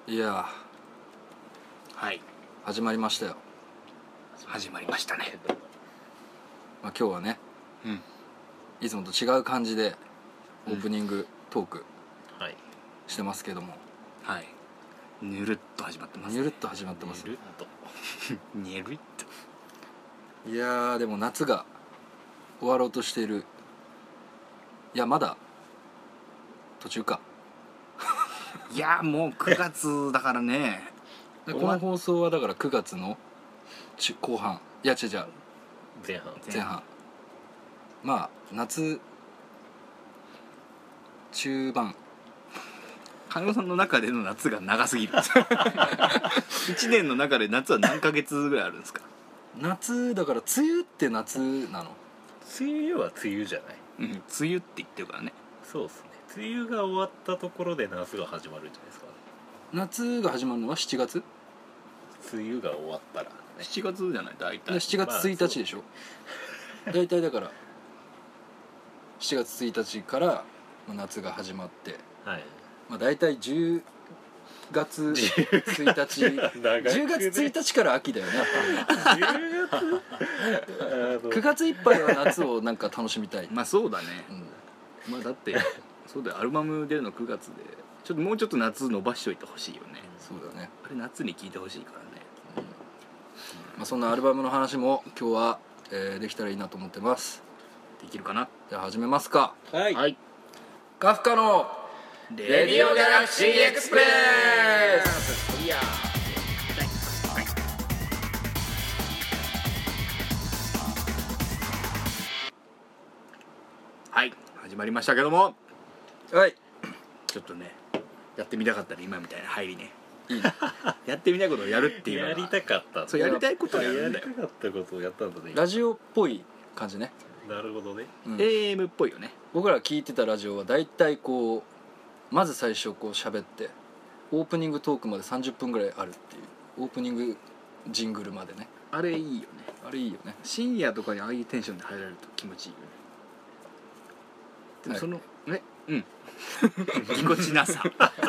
いやはい、 始まりましたよ。 始まりましたね。 今日はね、いつもと違う感じでオープニングトークしてますけども、 はい、ぬるっと始まってます、 ゆるっと始まってます。 ぬるっとぬるっと。 いやーでも夏が終わろうとしている。いやまだ途中か。 いやもう9月だからね。 この放送はだから9月の後半、いや違う前半、まあ夏中盤。 金子さんの中での夏が長すぎる1年の中で夏は何ヶ月ぐらいあるんですか？ 夏だから梅雨って夏なの？ 梅雨は梅雨じゃない。 梅雨って言ってるからね。 そうですね。梅雨が終わったところで夏が始まるんじゃないですか。 夏が始まるのは7月？ 梅雨が終わったら、ね、 7月じゃない大体。 7月1日でしょ、大体だから7月1日から夏が始まって、 はい、 大体10月1日10月1日から秋だよね。9月いっぱいは夏をなんか楽しみたい。 まあそうだね、だってそうだよ、アルバム出るの9月でもうちょっと夏伸ばしといてほしいよね。 そうだね。 あれ夏に聴いてほしいからね。 そんなアルバムの話も今日は、できたらいいなと思ってます。 できるかな。 じゃあ始めますか。 はい、 はい、 カフカのレディオギャラクシーエクスプレス。いやはい、始まりましたけども、 はい、 ちょっとねやってみたかったら今みたいな入りね、 いいね。 やってみたいことをやるっていうのがやりたかったんだ。 そうやりたいことをやるんだよ。 やりたかったことをやったんだね。 ラジオっぽい感じね。 なるほどね。 AM っぽいよね。 僕ら聞いてたラジオはだいたいこうまず最初こう喋ってオープニングトークまで30分ぐらいあるっていう、オープニングジングルまでね。 あれいいよね。 あれいいよね。 深夜とかにああいうテンションで入られると気持ちいいよね。でもその、ぎこちなさ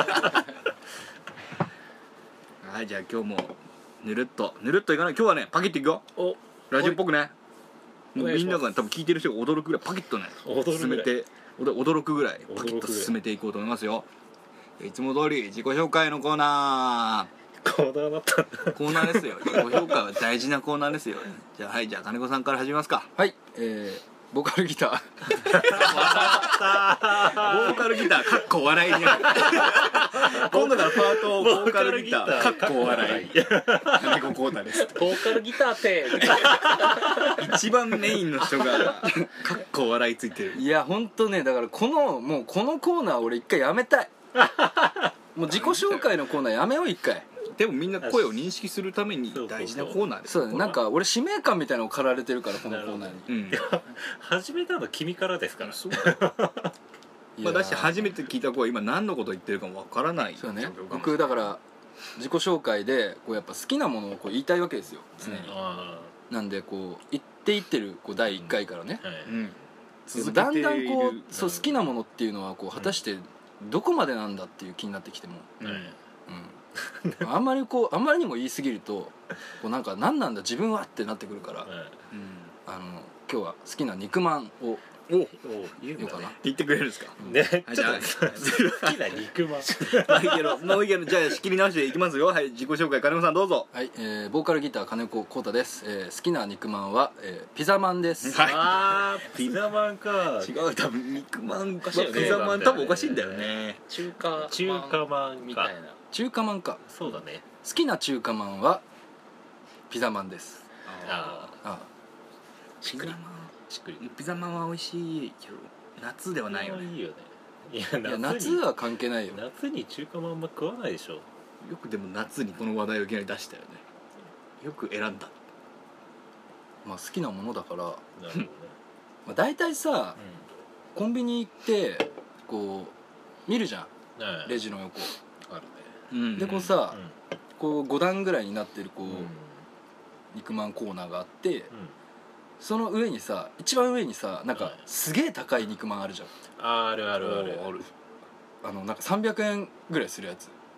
はい、じゃあ今日もぬるっといかない。今日はねパキッといくよ。 お、 ラジオっぽくね。 お願いします。 みんなが多分聞いてる人が驚くぐらいパキッとね進めて、驚くぐらいパキッと進めていこうと思いますよ。いつも通り自己紹介のコーナコーナーだったんだ。 ーですよ。自己紹介は大事なコーナーですよ。じゃあじゃあ金子さんから始めますか。 はい、ボーカルギターボーカルギターかっこ笑いになる今度からパートをボーカルギターかっこ笑い金子浩太です。 ボーカルギターって一番メインの人がかっこ笑いついてる。 いやほんとね、だからもうこのコーナー俺一回やめたいもう自己紹介のコーナーやめよう一回。 でもみんな声を認識するために大事なコーナーです。 そうだね、なんか俺使命感みたいなのを駆られてるからこのコーナーに。 始めたの君からですから。 そうだし初めて聞いた子は今何のこと言ってるかもわからない。 そうね、僕だから自己紹介でこうやっぱ好きなものをこう言いたいわけですよ常に。なんでこう言っていってるこう第1回からね、だんだんこうそう好きなものっていうのはこう果たしてどこまでなんだっていう気になってきても、あんまりにも言い過ぎるとこうなんか何なんだ自分はってなってくるから、今日は好きな肉まんを言うかな。 言ってくれるんですかね。ちょっと好きな肉まんもういいけどじゃあ仕切り直していきますよ。はい、自己紹介金子さんどうぞ。 はい、ボーカルギター金子浩太です。好きな肉まんは、ピザまんです。 ピザまんか。 違う、多分肉まんかピザまん多分おかしいんだよね。 中華まんみたいな。 中華まんか。 そうだね。 好きな中華まんはピザまんです。 ピザまんは美味しいけど夏ではないよね。 いいよね。いや夏は関係ないよ。 夏に中華まん食わないでしょ。 よくでも夏にこの話題をいきなり出したよね。よく選んだ。 好きなものだから。 なるほどね。 大体さ、コンビニ行ってこう見るじゃん、レジの横あるね。 でこうさ、こう5段ぐらいになってるこう、肉まんコーナーがあって、その上にさ一番上にさなんかすげえ高い肉まんあるじゃん。 あるなんか300円ぐらいするやつ。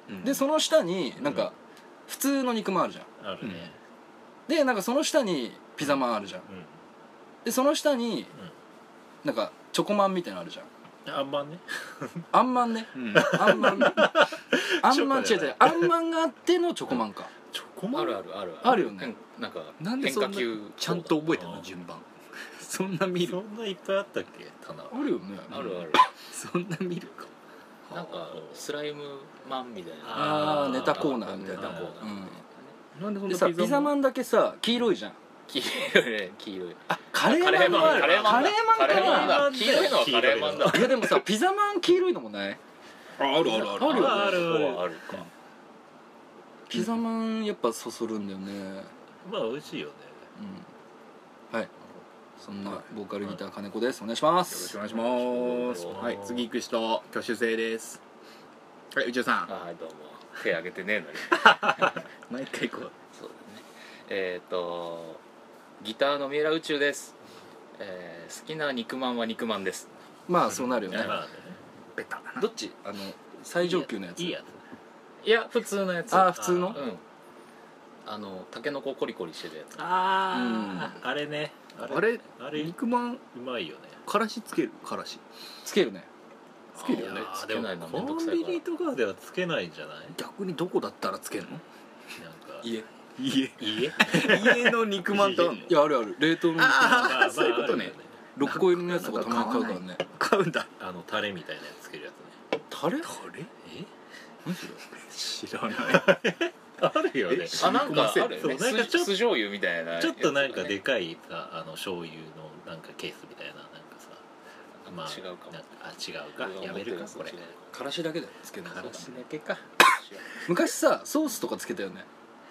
でその下になんか普通の肉まんあるじゃん。 あるね。 でなんかその下にピザまんあるじゃん。でその下になんかチョコまんみたいなのあるじゃん。 あんまんね。 あんまんね。あんまん違うあんまんがあってのチョコまんか。 チョコまんあるあるよね。 なんかなんでそんな変化球ちゃんと覚えてんの順番そんな見るそんないっぱいあったっけ棚。 あるよね。 あるそんな見るかなんかスライムマンみたいなああネタコーナーみたいな。 ネタコーナーみたいななんでそんなでさピザまんだけさ黄色いじゃん。 黄色いね黄色いあカレーマンもある。カレーマンかな。 黄色いのはカレーマンだいやでもさピザまん黄色いのもない？ あるあるよね。 あるあるかピザまんやっぱそそるんだよね。 まあ美味しいよね。 はい。そんなボーカルギター金子です。お願いしまよろす。 しくお願いしますはい次行く人挙手制ですはい宇宙さんはいどうも手挙げてねえのに毎回こうそうだねギターの三浦宇宙です、好きな肉まんは肉まんですまあそうなるよね。 まあね。 ベタだなどっち？最上級のやつ。 いいやつ。 いや普通のやつあー普通の？ うんタケノココリコリしてるやつあああれね。 あれ肉まんうまいよね。 からしつけるからしつけるね。 つけるよねいやーつけないのでもめんどくさいからコンビニとかではつけないんじゃない？ 逆にどこだったらつけるのなんか家。 家家家の肉まんってあんのいやあるある。冷凍の肉まん。 あーそういうことね 6個入りのやつとかたまに買うからね。 買うんだタレみたいなやつつけるやつね。 タレ？ あれえ？ 何それ？ 知らないあるよね。 あなんかあるよねそうなんかちょっと酢醤油みたいなちょっとなんかででかいさ醤油のなんかケースみたいななんかさ、まあ違うかもなん違うかやめるかこれ。 からしだけでつけるの。 からしだけか昔さソースとかつけたよね。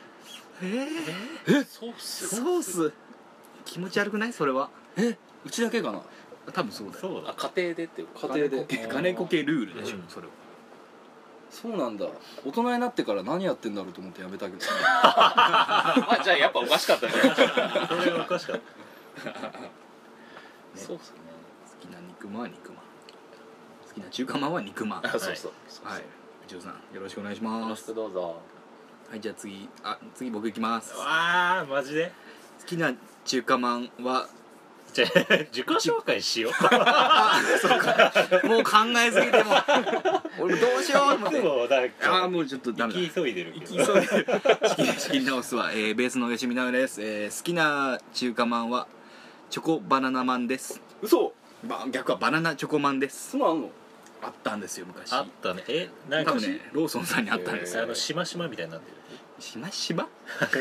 ソースソース気持ち悪くないそれはうちだけかな。 多分そうだよそうだ。 家庭でっていう家庭で。 金子系ルールでしょうんそれはそうなんだ。大人になってから何やってんだろうと思ってやめたけど。 あじゃあやっぱおかしかったねそれがおかしかった。 そうっすね好きな肉まんは肉まん好きな中華まんは肉まんはいあそうそう宇宙さんよろしくお願いしよろしますくどうぞはいじゃあ次僕行きます好わあマジで？ きな中華まんはじゃあ自己紹介しよう。 もう考えすぎても俺もどうしようと思ってもうなんかもうちょっとダメだ行き急いでるけど。 行きそうで仕切り直すわ、ベースの吉見直です、好きな中華まんはチョコバナナまんです。 嘘。 逆はバナナチョコまんですそんなんあんの？ あったんですよ昔あったね。なんか多分ねローソンさんにあったんですよ、 しましまみたいになってる。 しましま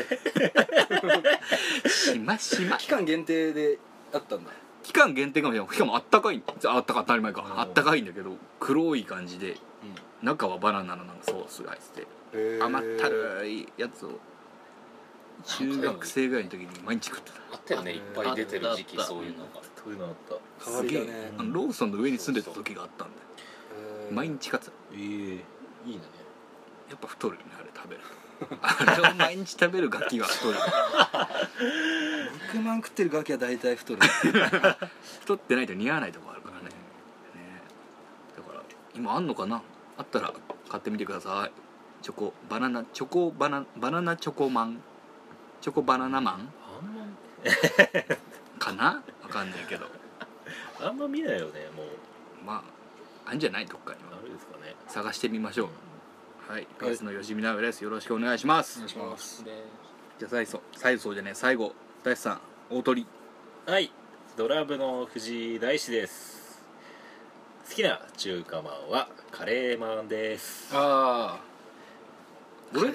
しましま期間限定であったんだ。 期間限定かもしれない。しかもあったかい当たり前かあったかいんだけど黒い感じで中はバナナのなんかソースが入ってて甘ったるいやつを中学生ぐらいの時に毎日食ってた。 あったよねいっぱい出てる時期そういうのがそういうのあった。 変わりだね。 ローソンの上に住んでた時があったんだよ毎日買ってた。 いいね。 やっぱ太るよねあれ食べるとあれを毎日食べるガキは太る肉まん食ってるガキは大体太る。 太ってないと似合わないとこあるからねだから今あんのかなあったら買ってみてください。バナナチョコまんチョコバナナマンあんまかなわかんないけどあんま見ないよねもう。 まああんじゃないどっかにはあれですかね。 探してみましょう。はいベースの吉見直ですよろしくお願いします。 お願いします。 じゃあ最後大志さん大鳥はい。ドラムの藤井大志です。好きな中華まんはカレーまんです。 ああ。俺？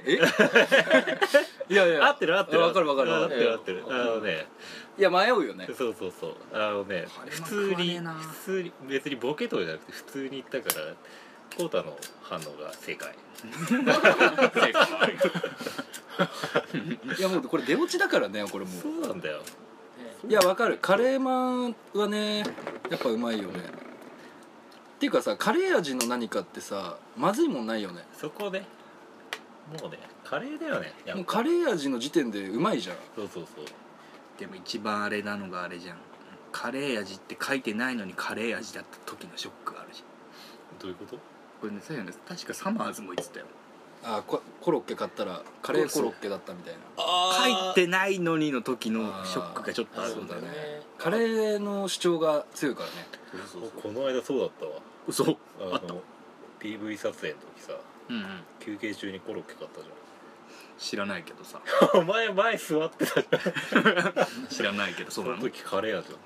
いやいや。 合ってる合ってる。 わかるわかる合ってる合ってる。 いや迷うよね。 そう普通に別にボケとかじゃなくて普通に言ったからコウタの反応が正解。 いやもうこれ出落ちだからねこれもう。 そうなんだよ。 いやわかる。カレーマンはねやっぱうまいよね。っていうかさカレー味の何かってさまずいもんないよね。 そこねもうねカレーだよね。 もうカレー味の時点でうまいじゃん。 そうでも一番あれなのがあれじゃんカレー味って書いてないのにカレー味だった時のショックがあるじどういうこと？ これね確かサマーズも言ってたよ。 コロッケ買ったらカレーコロッケだったみたいな。 書いてないのにの時のショックがちょっとあるんだよね。 カレーの主張が強いからね。 この間そうだったわ。 嘘あった。 PV 撮影の時さ、休憩中にコロッケ買ったじ知らないけどさゃん。お前前座ってたじゃん。 知らないけどそうなの。 その時カレー味だった。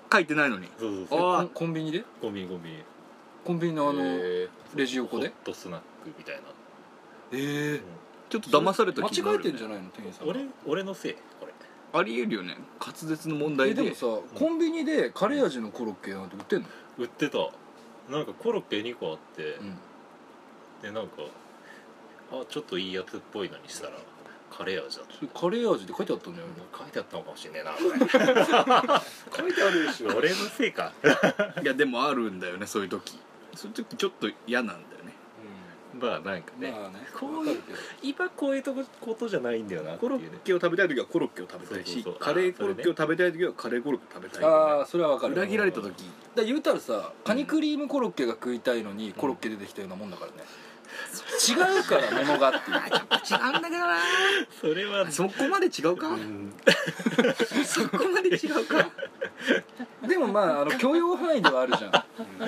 書いてないのに。 そうコンビニでコンビニのレジ横でホットスナックみたいな。 ちょっと騙された気がある。 間違えてんじゃないの店員さん。 俺のせいこれ。 ありえるよね、滑舌の問題で。 でもさ、コンビニでカレー味のコロッケなんて売ってんの？ 売ってた。なんかコロッケ2個あって、でなんかちょっといいやつっぽいのにしたらカレー味だった。 カレー味って書いてあったんだよね。 書いてあったのかもしれねえな。書いてあるでしょ。俺のせいか。 いやでもあるんだよね、そういう時ちょっと嫌なんだよね。 まあなんかね、 こういう今こういうことじゃないんだよなっていうね。 コロッケを食べたい時はコロッケを食べたいし、カレーコロッケを食べたい時はカレーコロッケ食べたい。 それは分かる。 裏切られた時だ言うたらさ、カニクリームコロッケが食いたいのにコロッケ出てきたようなもんだからね。違うから物がっていう。 違うんだけどな。 それはそこまで違うか。そこまで違うか。 でもまあ許容範囲ではあるじゃん。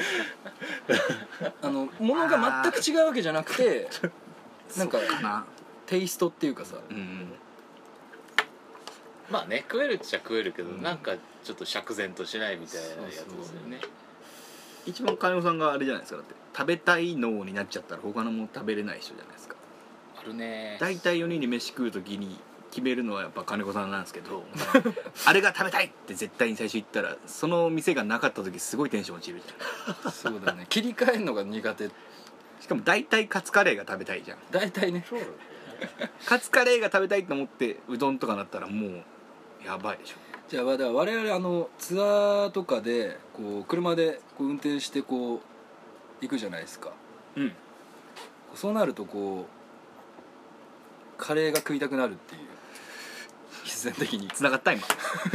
物が全く違うわけじゃなくて、なんかテイストっていうかさ、 まあね、食えるっちゃ食えるけど、なんかちょっと釈然としないみたいなやつですよね。 一番金子さんがあれじゃないですか。だって食べたい脳になっちゃったら他のもの食べれない人じゃないですか。 あるね。 大体4人で飯食う時に決めるのはやっぱ金子さんなんですけどあれが食べたいって絶対に最初言ったら、その店がなかった時すごいテンション落ちるじゃん。そうだね、切り替えるのが苦手。 しかも大体カツカレーが食べたいじゃん。 大体ね。 カツカレーが食べたいと思ってうどんとかなったらもうやばいでしょ。 じゃあ我々ツアーとかでこう車でこう運転してこう行くじゃないですか。そうなるとこうカレーが食いたくなるっていう、必然的に。 繋がった今。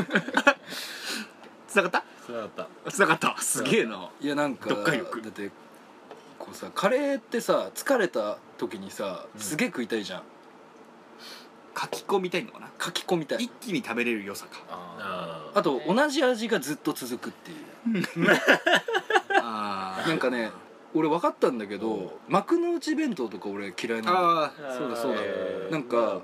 繋がった。すげえな。 いやなんかだってこうさ、カレーってさ、疲れた時にさすげえ食いたいじゃん。 かき込みたいのかな。 かき込みたい。 一気に食べれる良さか。 あと同じ味がずっと続くっていうなんかね、俺分かったんだけど、幕の内弁当とか俺嫌いなの。そうだなんか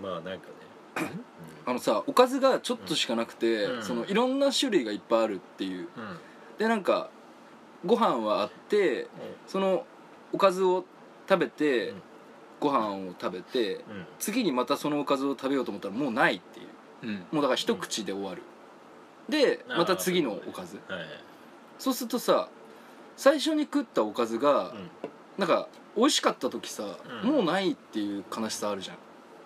さ、おかずがちょっとしかなくて、いろんな種類がいっぱいあるっていう、でなんかご飯はあって、そのおかずを食べて、ご飯を食べて、次にまたそのおかずを食べようと思ったらもうないっていう、もうだから一口で終わる、でまた次のおかず、そうするとさ、最初に食ったおかずが、なんか美味しかった時さ、もうないっていう悲しさあるじゃん。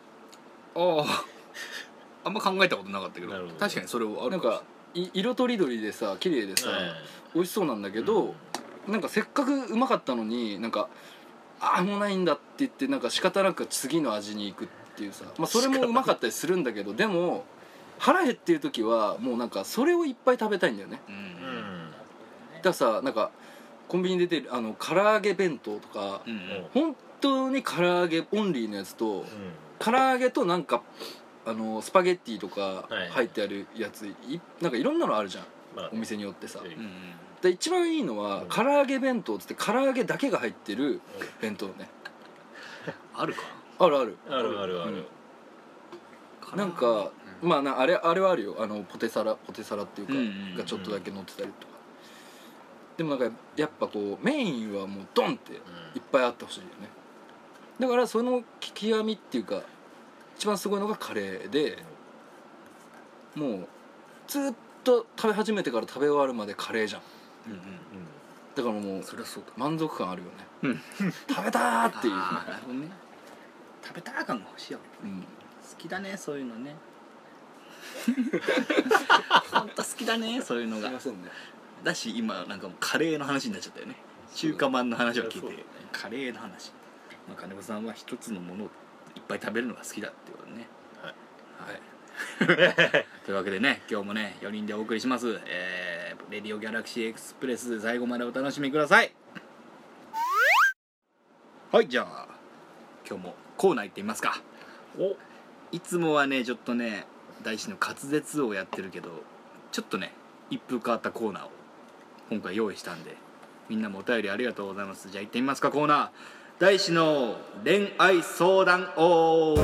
あんま考えたことなかったけど、確かにそれはある。 なんか色とりどりでさ、綺麗でさ、美味しそうなんだけど、なんかせっかくうまかったのに、なんかもうないんだって言って、なんか仕方なく次の味に行くっていうさ、それもうまかったりするんだけど、でも腹減っていう時はもうなんかそれをいっぱい食べたいんだよね。だからさ、なんかコンビニに出てる唐揚げ弁当とか、本当に唐揚げオンリーのやつと、唐揚げとなんかスパゲッティとか入ってあるやつ、なんかいろんなのあるじゃん、お店によってさ。で一番いいのは唐揚げ弁当っつって唐揚げだけが入ってる弁当ね。 あるか。 ある。なんかあれはあるよ。ポテサラっていうかがちょっとだけ乗ってたりとか。でもなんかやっぱこうメインはもうドンっていっぱいあってほしいよね。だからその極みっていうか一番すごいのがカレーで、もうずっと食べ始めてから食べ終わるまでカレーじゃん。だからもう満足感あるよね。食べたーっていう。 なるほどね。食べたー感が欲しいよ。好きだね、そういうのね。本当好きだね、そういうのが。すいませんね。だし今なんかもうカレーの話になっちゃったよね。中華まんの話を聞いて、カレーの話。金子さんは一つのものをいっぱい食べるのが好きだってことね。というわけでね、今日もね4人でお送りします、レディオギャラクシーエクスプレス、最後までお楽しみください。 はい、じゃあ今日もコーナー行ってみますか。いつもはねちょっとね大師の滑舌をやってるけど、ちょっとね一風変わったコーナーを今回用意したんで、みんなもお便りありがとうございます。じゃあ行ってみますか。コーナー大師の恋愛相談王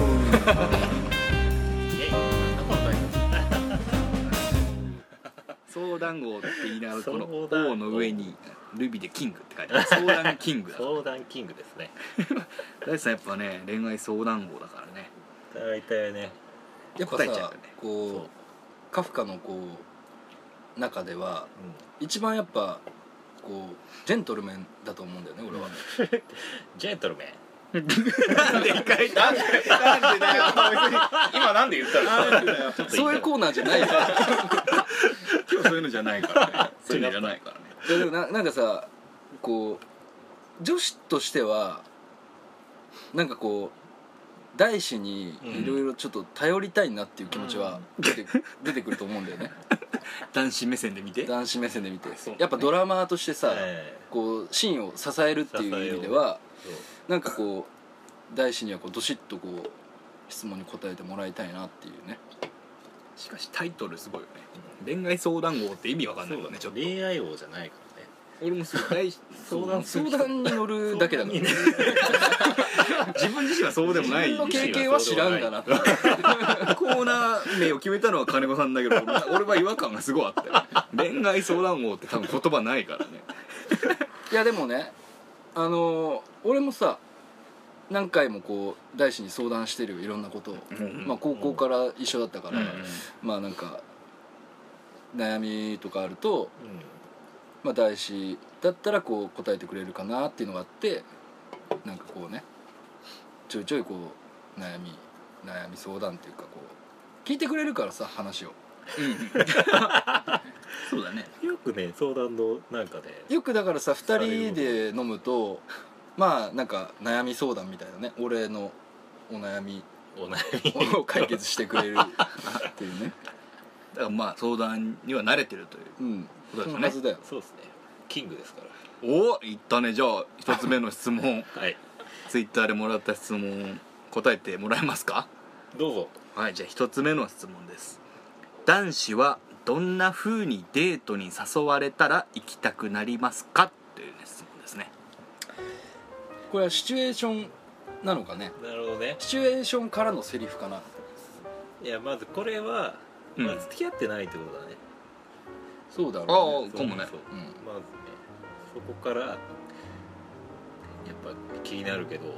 相談王って言いながらこの王の上にルビでキングって書いてある。相談キングだ。 相談キングですね。 大師さんやっぱね恋愛相談王だからね。 大体ねやっぱさ、こうカフカのこう中では、一番やっぱこうジェントルメンだと思うんだよね、俺は。 ジェントルメンなんで一回なんでだよ今なんで言ったの？ そういうコーナーじゃないよ。 今日そういうのじゃないからね。そういうのじゃないからね。 いやでもなんかさ、こう女子としてはなんかこう大師にいろいろちょっと頼りたいなっていう気持ちは出てくると思うんだよね。 男子目線で見て。 男子目線で見て、やっぱドラマーとしてさ、こうシーンを支えるっていう意味ではなんかこう大師にはこうどしっとこう質問に答えてもらいたいなっていうね。 しかしタイトルすごいよね。恋愛相談王って意味わかんないよね。ちょっと恋愛王じゃないからね。 俺も相談に乗るだけだからね。 自分自身はそうでもない。 自分の経験は知らんだなって。 コーナー名を決めたのは金子さんだけど、俺は違和感がすごいあったよ。恋愛相談王って多分言葉ないからね。 いやでもね、俺もさ何回もこう大師に相談してるよ、いろんなことを。まあ高校から一緒だったから、まあなんか悩みとかあると、まあ大師だったらこう答えてくれるかなっていうのがあって、なんかこうねちょいちょいこう悩み相談っていうかこう聞いてくれるからさ、話を。 そうだね。 よくね相談のなんかでよくだからさ2人で飲むとまあなんか悩み相談みたいなね、俺のお悩みを解決してくれるっていうね。 だからまあ相談には慣れてるということですね。 そのはずだよ。 そうですね。キングですから。 お、いったね。じゃあ一つ目の質問。 はい。 ツイッターでもらった質問答えてもらえますか。 どうぞ。 はい、じゃあ一つ目の質問です。男子はどんな風にデートに誘われたら行きたくなりますかという、質問ですね。 これはシチュエーションなのかね。 なるほどね。 シチュエーションからのセリフかな。 いやまずこれはまず付き合ってないってことだね。 そうだろうね。 ああ、かもね。 まずねそこからやっぱ気になるけど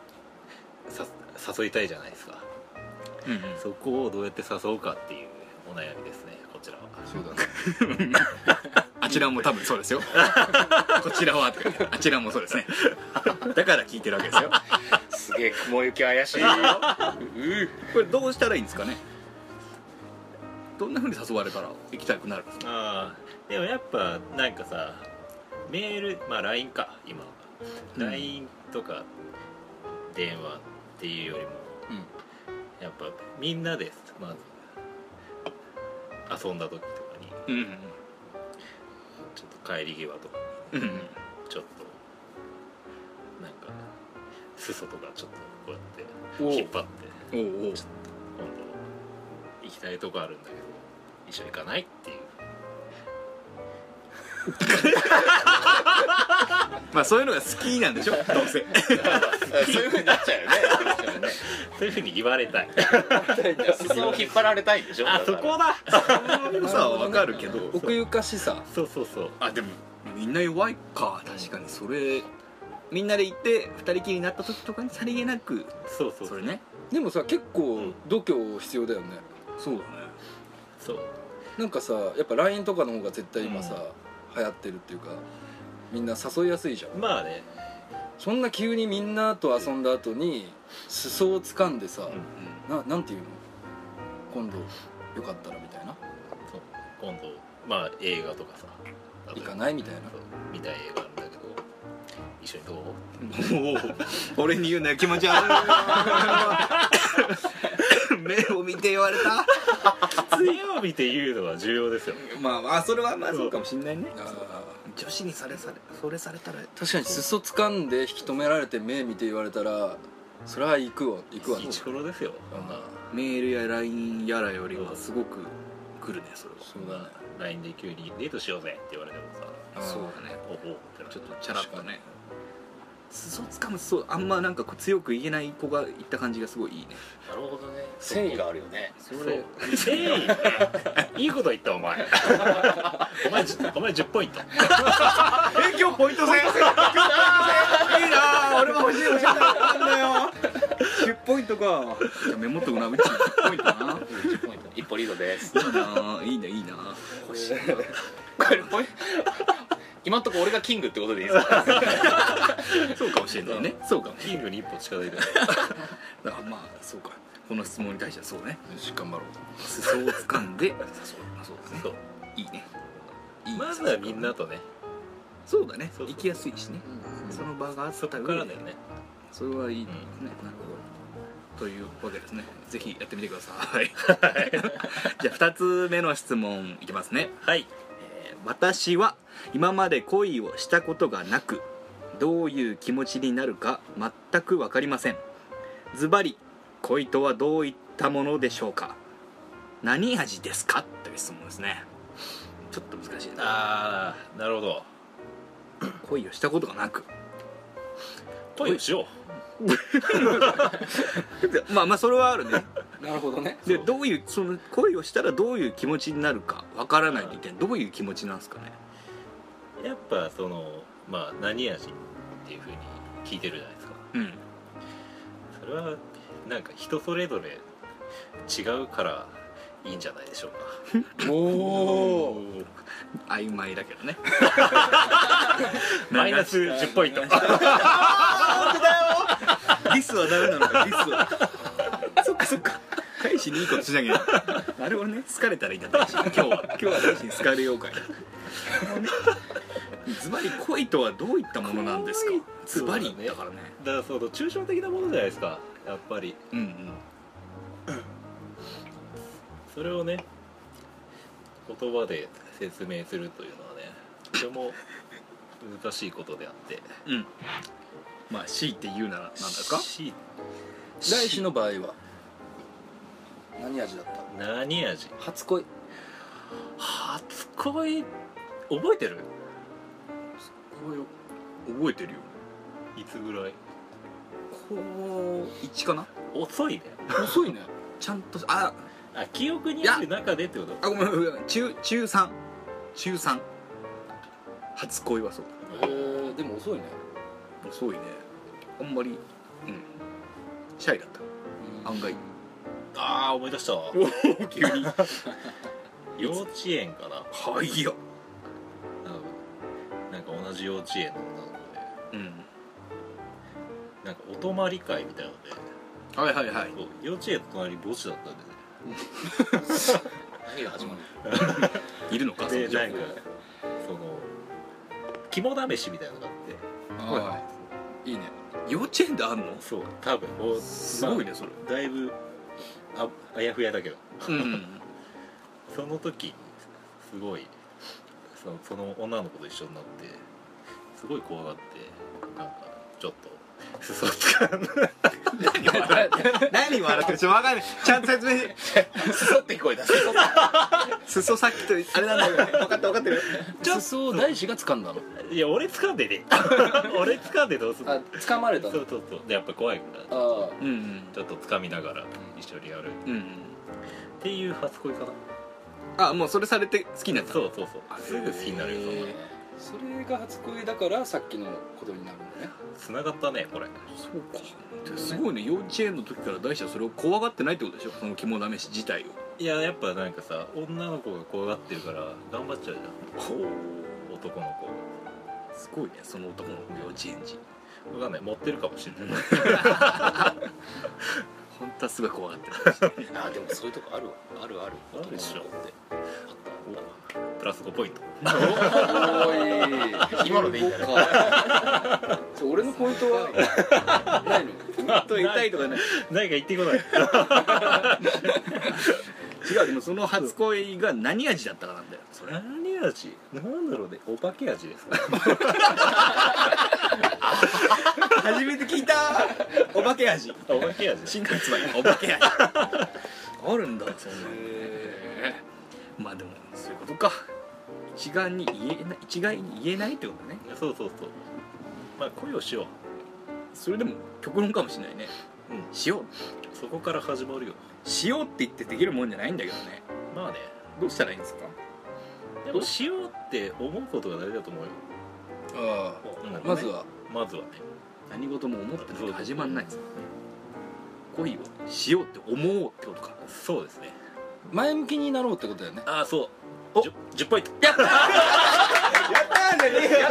誘いたいじゃないですか。そこをどうやって誘うかっていうお悩みですね、こちらは。 そうだね。 あちらも多分そうですよ。こちらはあちらもそうですね。だから聞いてるわけですよ。 すげえ雲行き怪しいよ。 これどうしたらいいんですかね。どんな風に誘われたら行きたくなるんですか。 ああ、でもやっぱなんかさ、メール、まあ LINE か今、LINE とか電話っていうよりも、やっぱみんなでまず遊んだ時とかに、ちょっと帰り際とかに、ちょっとなんか裾とかちょっとこうやって引っ張って、ちょっと今度行きたいとこあるんだけど一緒に行かないっていう。 まあそういうのが好きなんでしょ、どうせ。 そういう風になっちゃうよね。 そういう風に言われたい。 裾を引っ張られたいんでしょ。 あ、そこだ。 さあ分かるけど、 奥ゆかしさ。 そうそうそう。 あ、でもみんな弱いか。確かにそれみんなで行って二人きりになった時とかにさりげなく、 そうそうそれね。 でもさ結構度胸必要だよね。 そうだね。 そうなんかさやっぱ LINE とかの方が絶対今さ、流行ってるっていうかみんな誘いやすいじゃん。 まあね。 そんな急にみんなと遊んだ後に裾を掴んでさ、なんていうの、今度よかったらみたいな、 そう今度まあ映画とかさ行かないみたいな、 見たい映画あるんだけど一緒にどう？ 俺に言うなよ、気持ち悪い。目を見て言われた。 目を見て言うのは重要ですよ。 まあそれはまあそうかもしんないね。 女子にそれされたら確かに裾掴んで引き止められて目見て言われたらそれは行くわイチコロですよ。 メールや LINE やらよりはすごく来るね。それはそうだね。LINE で急にデートしようぜって言われてもさ、 そうだね、 おおってちょっとチャラッとね裾をつかむ。そうあんまなんか強く言えない子が言った感じがすごいいいね。 なるほどね。誠意があるよね。 それ誠意いいこと言ったお前お前10ポイント今日ポイント制いいな。俺も欲しいなんだよ10ポイントか。じゃあメモっとくな。うち10ポイントな。 10ポイント一歩リードです。 いいないいな。 欲しいな。これ今んとこ俺がキングってことでいいですか？ そうかもしれないね。そうかもキングに一歩近づいてる。 だからまあそうか、この質問に対してはそうね。 よし頑張ろう。 裾を掴んでそうだね。 そういいね。いい。 まずはみんなとね。 そうだね。 そう行きやすいしね。その場があったそこからだよね。 それはいいですね。なるほど。というわけですね。ぜひやってみてください。じゃあ2つ目の質問いきますね。 はい。 私は今まで恋をしたことがなく、どういう気持ちになるか全く分かりません。ズバリ恋とはどういったものでしょうか。何味ですかという質問ですね。ちょっと難しいな。 ああ、なるほど。 恋をしたことがなく恋をしよまあそれはあるね。 なるほどね。 でどういうその恋をしたらどういう気持ちになるか分からないといけない。どういう気持ちなんですかね。 う。やっぱそのまあ何味っていう風に聞いてるじゃないですか。 うん。 それはなんか人それぞれ違うからいいんじゃないでしょうか。 おお。 曖昧だけどね。 マイナス10ポイント。 リスはダメなのか。リスはそっか大使にいいことしなきゃ。なるほどね。好かれたらいいんだ大使。今日は大使に好かれようかい。ズバリ恋とはどういったものなんですか。ズバリだからね。 だからその抽象的なものじゃないですか、やっぱり。 うんうん。 それをね言葉で説明するというのはねとても難しいことであって。 うん。まあ C って言うなら何ですか。 大志の場合は何味だった？ 何味？ 初恋。 初恋覚えてる？ 覚えてるよ。 いつぐらい？ 高1かな。 遅いね。 遅いね。 ちゃんと記憶にある中でってこと？ ごめん中3初恋はそう。 でも遅いね。 遅いね。あんまりシャイだった。案外。 ああ思い出したわ。 急に幼稚園かな。 はいや。 なんか同じ幼稚園の女の子で、なんかお泊まり会みたいなので、 はいはいはい。 幼稚園の隣墓地だったんですね。 何が始まる？ いるのか。 でなんかその肝試しみたいなのがあって、 はい。いいね。 幼稚園であんの？ そう多分すごいねそれ。 だいぶあやふやだけど、その時すごいその女の子と一緒になってすごい怖がってなんかちょっと裾つかん何笑ってる。ちょっと分かんない。ちゃんと説明。 裾って聞こえた。 裾さっきとあれなんだけどね。分かってる。 裾を大志が掴んだの？ いや俺掴んでね俺掴んでどうするの？ 掴まれたの？ そうでやっぱ怖いからちょっと掴みながら一緒にやるっていう初恋かな。 もうそれされて好きになった。 そうすぐ好きになるよ。 それが初恋だからさっきのことになるんだね。 繋がったねこれ。 そうか。すごいね。幼稚園の時から大志はそれを怖がってないってことでしょ。その肝試し自体を。 いややっぱなんかさ女の子が怖がってるから頑張っちゃうじゃん。男の子すごいね。その男の子幼稚園児。 分かんない持ってるかもしれない。 本当はすごい怖がってる。 でもそういうとこあるあるでしょ。 あったプラス5ポイント。 今のでいいんだね。 俺のポイントはないの？ と痛いとかね。 何か言ってこない。 違う、でもその初恋が何味だったかなんだよ。それ何味なんだろうね、お化け味ですか初めて聞いた。お化け味。 お化け味新発売お化け味あるんだ、そんなの。まあでもそういうことか。一概に言えないってことね。 そうそうそう、まあ恋をしよう。 それでも極論かもしれないね。しよう、 そこから始まるよ。 しようって言ってできるもんじゃないんだけどね。 まあね、 どうしたらいいんですか。 でもしようって思うことが大事だと思うよ。 ああ、まずはね、 何事も思ってなきゃ始まんないですよね。恋をしようって思おうってことか。 そうですね、 前向きになろうってことだよね。 ああそう、10ポイント。 やったーや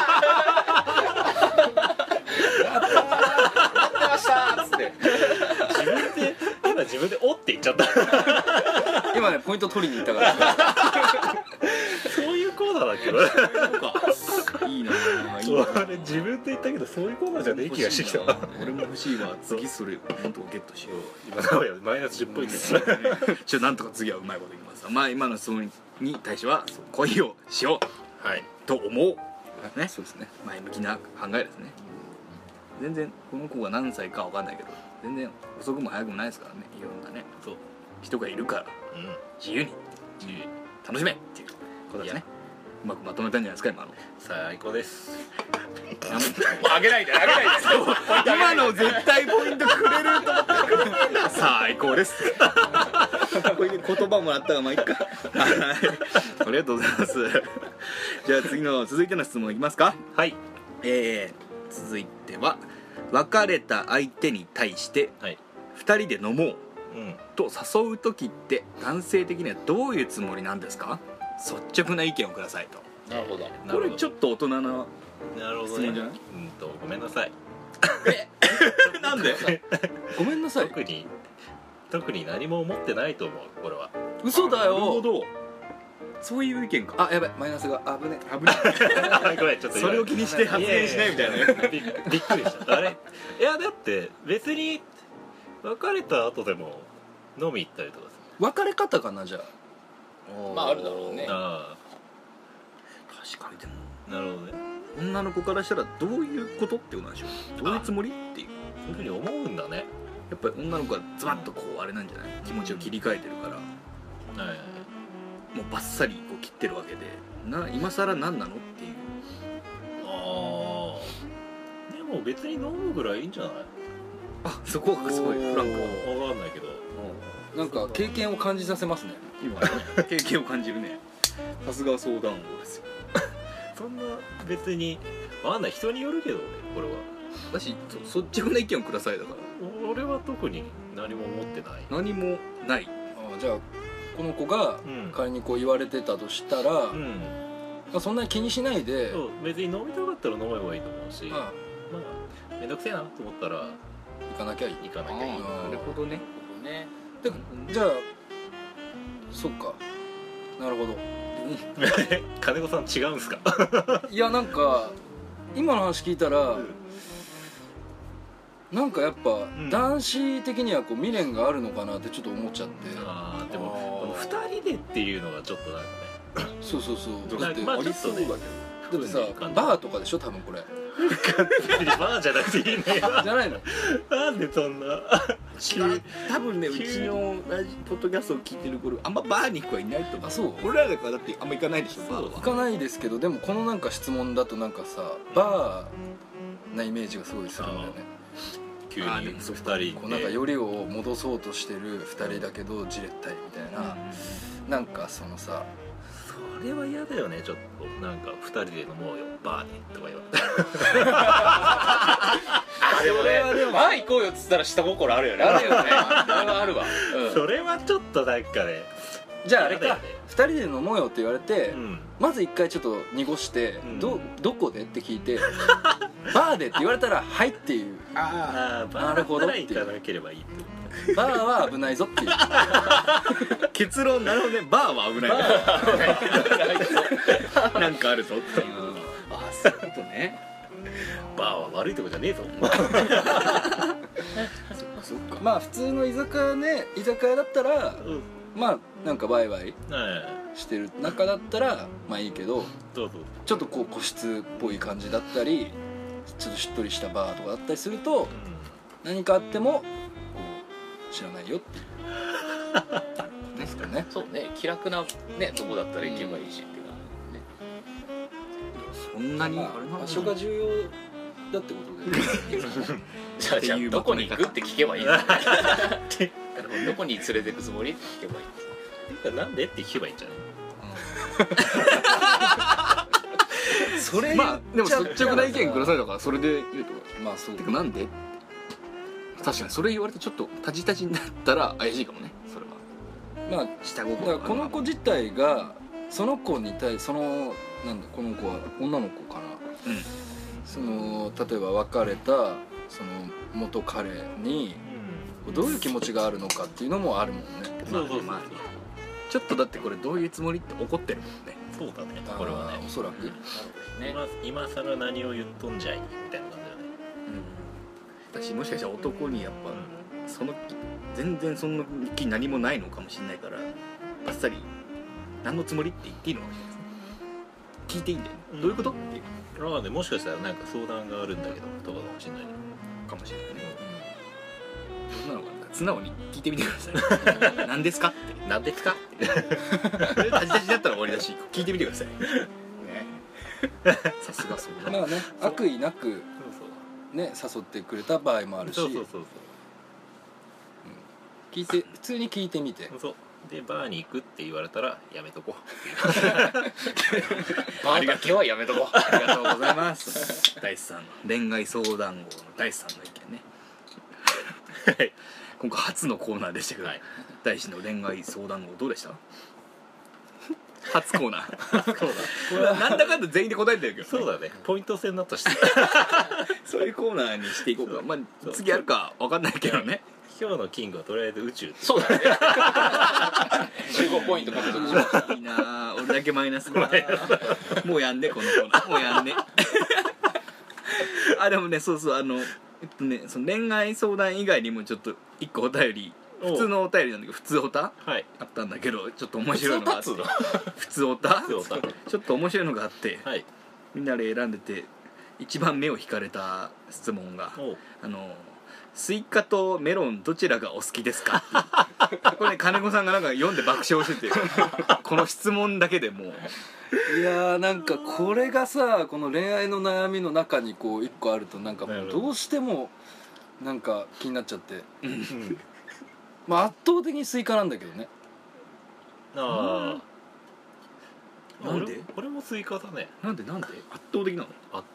ってましたっつって自分でおって言っちゃった今ねポイント取りに行ったからそういうコーナーだっけいいなぁ、 そう、あれ自分で言ったけどそういうコーナーじゃねえ気がしてきた。 俺も欲しいわ。次それ本当ゲットしよう。 今のやマイナス10ポイントですね。 なんとか次はうまいこといきます。まあ今の質問に対しては恋をしよう、はい、と思うね。そうですね、前向きな考えですね。全然この子が何歳かわかんないけど、全然遅くも早くもないですからね。いろんなね、そう人がいるから、自由に楽しめっていうことですね。うまくまとめたんじゃないですか今の。 最高です。 あげないで今の絶対ポイントくれると思って最高ですこれで言葉もらったがまあいっかありがとうございます。じゃあ続いての質問いきますか。 はい。 続いては、別れた相手に対して2人で飲もうと誘う時って男性的にはどういうつもりなんですか。率直な意見をくださいと。 なるほど。 これちょっと大人ななるほどね。ごめんなさい。 なんでごめんなさい。 特に何も思ってないと思う。これは嘘だよ。 なるほど、そういう意見か。 あ、やばい、マイナスが危ねごめん、ちょっとそれを気にして発言しないみたいなね。 びっくりしたあれ。いやだって別に別れた後でも飲み行ったりとかさ。 別れ方かな、じゃあ。 まああるだろうね。 あ確かに。でもあ、なるほどね。 女の子からしたらどういうことってことなんでしょう。どういうつもりっていう。 そういうふうに思うんだね。 やっぱり女の子がズバッとこうあれなんじゃない、気持ちを切り替えてるから、 はい。 もうバッサリこう切ってるわけで、今更何なのっていう。 ああ、でも別に飲むぐらいいいんじゃない。 あ、そこはすごいフランク。 分かんないけど、 なんか経験を感じさせますね。 今経験を感じるね。さすが相談王ですよ。 そんな別に分かんない、人によるけどね、これは。 私率直な意見をくださいだから。 俺は特に何も思ってない。 何もない。 じゃあこの子が仮にこう言われてたとしたら、そんなに気にしないで、 そう別に飲みたかったら飲めばいいと思うし、まあ面倒くせえなと思ったら行かなきゃいい。 行かなきゃいい。 なるほどね。 でじゃあそっか、なるほど。 金子さん違うんすか。 いや、なんか今の話聞いたら、なんかやっぱ男子的にはこう未練があるのかなってちょっと思っちゃって。 ああ、でもこの2人でっていうのがちょっとなんかね。 そうそうそう。だってまあちょっとね、 だってさ、バーとかでしょ多分これ。 バーじゃなくていいね。 じゃないの。 なんでそんな。 多分ね、うちのポッドキャストを聞いてる頃あんまバーに行くはいないと思う。 あ、そう。 俺らだからだってあんま行かないでしょ、バーは。 行かないですけど、でもこのなんか質問だとなんかさ、バーなイメージがすごいするんだよね。 急に2人こうなんかよりを戻そうとしてる2人だけどじれったいみたいな、なんかそのさ、 それは嫌だよね。ちょっとなんか2人で飲もうよバーでとか言われて。 でもバー行こうよっつったら下心あるよね。あるよね。あれはあるわ。 それはちょっとなんかね。 じゃああれか、2人で飲もうよって言われて、まず1回ちょっと濁して、どこでって聞いてバーでって言われたらはいっていう。 ああ、なるほどって行かなければいいって。 バーは危ないぞっていう結論。なるほどね。バーは危ないなんかあるぞっていう。ああ、そういうことね。 バーは悪いとこじゃねえぞ。 まあ普通の居酒屋だったら、 まあなんかワイワイしてる中だったらまあいいけど、ちょっとこう個室っぽい感じだったりちょっとしっとりしたバーとかだったりすると、何かあってもこう知らないよっていうですかね。 そうね、気楽なねとこだったら行けばいいしっていうかね。 そんなに場所が重要だってことでじゃあどこに行くって聞けばいいのどこに連れてくつもりって聞けばいい。 なんでって聞けばいいんじゃない？ それまあでも率直な意見くださいだからそれで言うとまあそうてかなんで確かにそれ言われてちょっとタジタジになったら怪しいかもね。それはまあ下だからこの子自体がその子に対そのなんだこの子は女の子かな、その例えば別れたその元彼にどういう気持ちがあるのかっていうのもあるもんね。 そうちょっとだってこれどういうつもりって怒ってるもんね。 そうだね、これはねおそらく、 今更何を言っとんじゃいみたいな感じだね。 私もしかしたら男にやっぱその全然その気何もないのかもしれないからバッサリ何のつもりって言っていいのかもしれないですね。聞いていいんだよね、どういうことっていうまあね、もしかしたらなんか相談があるんだけどとかかもしれないね。 かもしれないね。どうなのかな、素直に聞いてみてください何ですかって何ですかタジタジだったら終わりだし聞いてみてくださいねさすがそうだ。 まあね悪意なくね誘ってくれた場合もあるし、聞いて普通に聞いてみて、 そうでバーに行くって言われたらやめとこうバーだけはやめとこう。 ありがとうございます大地さんの恋愛相談号の大地さんの意見ねはい今回初のコーナーでしたけど、はい、大地の恋愛相談号どうでした？初コーナーこれはなんだかんだ全員で答えてるけど、ね、 そうだね、ポイント制になったしそういうコーナーにしていこうか。まあ次あるか分かんないけどね。 今日のキングはとりあえず宇宙。 そうだね15ポイント獲得しました。 いいな俺だけマイナスだもうやんねこのコーナーもうやんねあでもねそうそうその恋愛相談以外にもちょっと一個お便り普通のお便りなんだけど普通おた、はい、あったんだけどちょっと面白いのがあって普通おたちょっと面白いのがあって、はい、みんなで選んでて一番目を引かれた質問がスイカとメロンどちらがお好きですかこれね金子さんがなんか読んで爆笑しててこの質問だけでもういやーなんかこれがさこの恋愛の悩みの中にこう一個あるとなんかもうどうしてもなんか気になっちゃってまあ圧倒的にスイカなんだけどね。 ああなんで俺もスイカだね。 なんで圧倒的なの？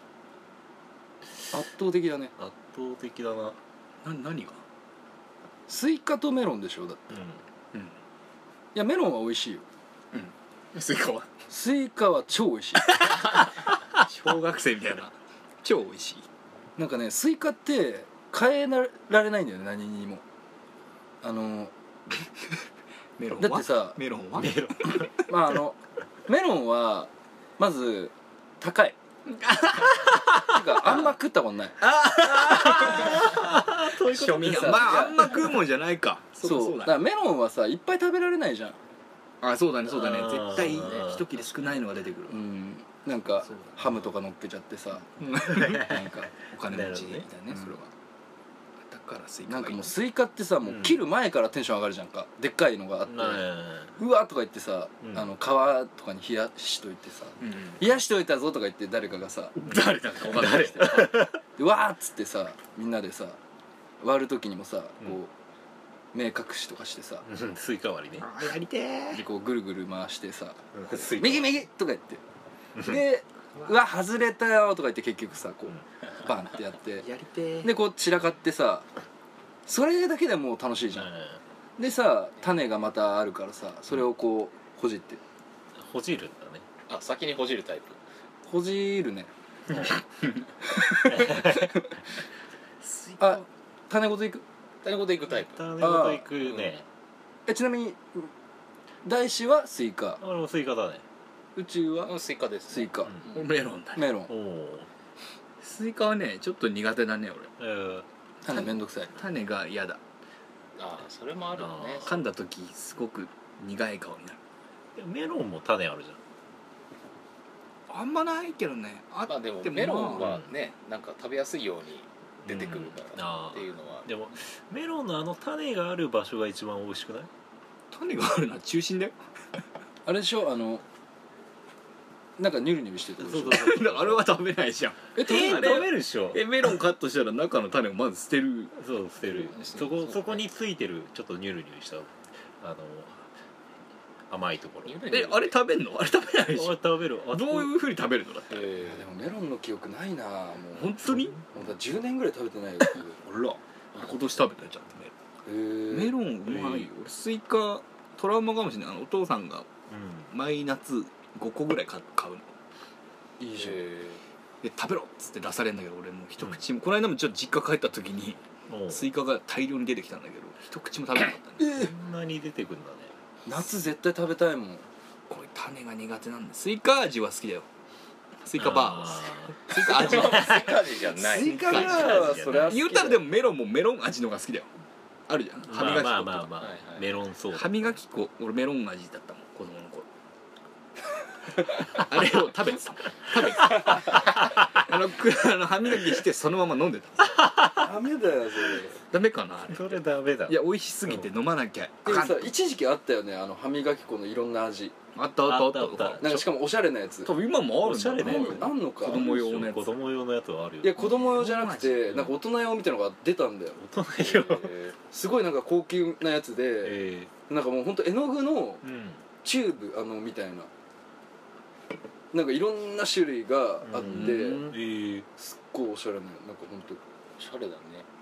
圧倒的だね。 圧倒的だな。 何が？ スイカとメロンでしょだって、いやメロンは美味しいよ、 スイカは超美味しい小学生みたいな超美味しい。 なんかねスイカって変えられないんだよね何にも。 メロンはだってさメロンはまあメロンはまず高いてかあんま食ったことない。 そういうこと。まああんま食うもんじゃないか。 そうだからメロンはさいっぱい食べられないじゃん。 あそうだね絶対一切れ少ないのが出てくる。 なんかハムとか乗っけちゃってさなんかお金持ちみたいなねそれは。だからスイカなんかもうスイカってさもう切る前からテンション上がるじゃんか。でっかいのがあってうわとか言ってさ皮とかに冷やしといてさ冷やしといたぞとか言って誰かがさ誰だか分かんないでわーっつってさみんなでさ割る時にもさこう目隠しとかしてさスイカ割りねやりてでこうぐるぐる回してさ右右とか言ってでうわ外れたよとか言って結局さこうバンってやってやりてでこう散らかってさそれだけでもう楽しいじゃん。でさ種がまたあるからさそれをこうほじってほじるんだね。 あ先にほじるタイプ。 ほじるねあ種ごといく種ごといくタイプ。 種ごといくね。 ちなみに大志はスイカ。 俺もスイカだね。 宇宙はスイカです。 スイカメロンだね。 メロンスイカはねちょっと苦手だね俺。 種めんどくさい。 種が嫌だ。 あそれもあるよね。 噛んだ時すごく苦い顔になる。 メロンも種あるじあんまないけどね。 まあでもメロンはねなんか食べやすいように出てくるからっていうのは、 でもメロンのあの種がある場所が一番美味しくない？ 種があるのは中心だよ。 あれでしょ、なんかニュルニュルしてるとこでしょ。 あれは食べないじゃん。 食べるでしょ。 メロンカットしたら中の種をまず捨てる。 そう捨てる。そこについてるちょっとニュルニュルした甘いところ。 あれ食べんの？あれ食べないでしょ。 食べる。 どういう風に食べるのだって。 でもメロンの記憶ないな。もう本当に？ もう10年ぐらい食べてないよ。 あら、今年食べたよちゃんとね。メロンうまいよ。スイカトラウマかもしれない。お父さんが毎夏5個ぐらい買うの。 いいじゃん。 で食べろっつって出されるんだけど、俺も一口も、この間もちょっと実家帰った時にスイカが大量に出てきたんだけど一口も食べなかったね。 そんなに出てくるんだね。 夏絶対食べたいもん。 これ種が苦手なんだ。スイカ味は好きだよ。スイカバースイカ味スイカ味じゃない。 スイカバーはそれは好きだよ。 言うたらでもメロンもメロン味のが好きだよ。あるじゃん、歯磨き粉とか。 まあメロンソーダ。 歯磨き粉俺メロン味だったもん子供の頃。あれを食べてた歯磨きしてそのまま飲んでた。 ダメだよそれ。 ダメかなあれ。 それダメだ。 いや美味しすぎて飲まなきゃ。 でもさ一時期あったよね、歯磨き粉のいろんな味。 あった。 なんかしかもおしゃれなやつ。 多分今もあるんだろうね。 あんのか。 子供用のやつ。 子供用のやつはあるよ。 いや子供用じゃなくてなんか大人用みたいなのが出たんだよ。 大人用。 すごいなんか高級なやつで、なんかもうほんと絵の具のチューブみたいな。なんかいろんな種類があって、すっごいおしゃれな、なんかほんとおしゃれだね。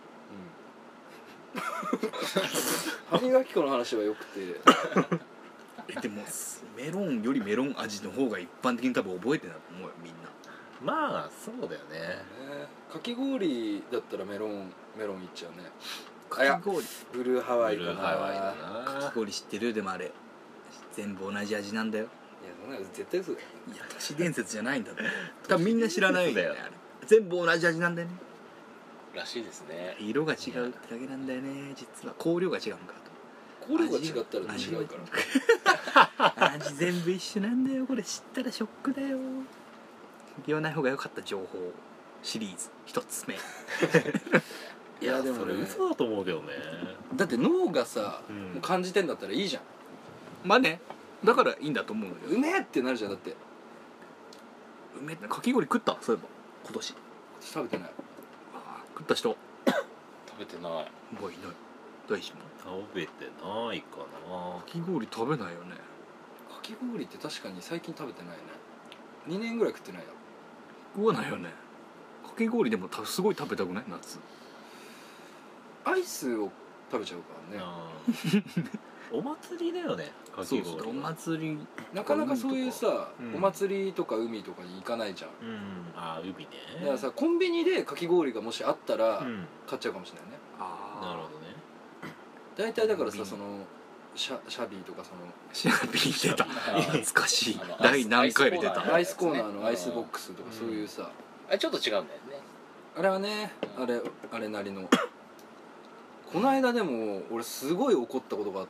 歯磨き粉の話はよくてでもメロンよりメロン味の方が一般的に多分覚えてないと思うよみんな。 まあそうだよね。 かき氷だったらメロンいっちゃうね。 かき氷ブルーハワイかな。 かき氷知ってる？でもあれ全部同じ味なんだよ。 いやそんなの絶対嘘だよ。 いや都市伝説じゃないんだって。多分みんな知らないんだよね。全部同じ味なんだよね。 らしいですね。 色が違うってだけなんだよね実は。香料が違うんかと。 香料が違ったら違うから味全部一緒なんだよ。これ知ったらショックだよ。言わない方が良かった情報シリーズ一つ目。 いやでもそれ嘘だと思うけどね。 だって脳がさ、もう感じてんだったらいいじゃん。 まあね、だからいいんだと思うんだけど。 うめえってなるじゃん。だってうめえってかき氷食った？そういえば今年食べてない。 食った人食べてない。 もういない。大志も食べてないかな。 かき氷食べないよね。 かき氷って確かに最近食べてないね。2年ぐらい食ってないよ。 食わないよね。かき氷でもすごい食べたくない？夏アイスを食べちゃうからね。 お祭りだよねかき氷。 そうそうお祭り。 なかなかそういうさ、お祭りとか海とかに行かないじゃん。 ああ海ね。 だからさコンビニでかき氷がもしあったら買っちゃうかもしれないね。 なるほどね。 大体だからさそのシャビーとかそのシャビー出た。懐かしい。第何回で出た。 アイスコーナーのアイスボックスとかそういうさ、 あれちょっと違うんだよね。 あれはね、あれなりの。この間でも俺すごい怒ったことがあって、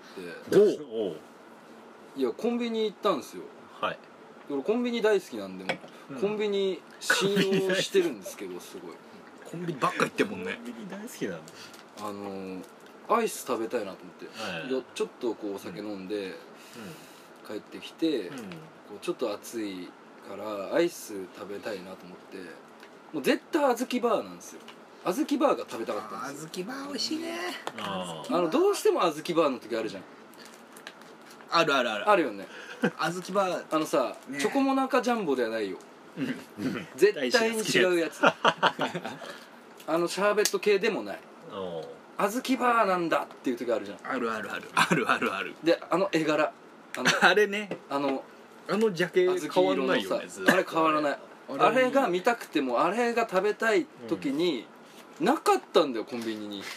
いやコンビニ行ったんですよ。 はい。 俺コンビニ大好きなんでもコンビニ信用してるんですけどすごい。 コンビニばっか行ってんもんね。 コンビニ大好きなんだ。 アイス食べたいなと思って、ちょっとこうお酒飲んで帰ってきて、こうちょっと暑いからアイス食べたいなと思って、もう絶対小豆バーなんですよ。小豆バーが食べたかったんですよ。 小豆バー美味しいね。 どうしても小豆バーの時あるじゃん。 あるあるよね。 小豆バーさ、チョコモナカジャンボではないよ。絶対に違うやつ。シャーベット系でもない。小豆バーなんだっていう時あるじゃん。 あるで絵柄あれね、 ジャケ変わらないよね。 あれ変わらない。あれが見たくてもあれが食べたい時になかったんだよコンビニに。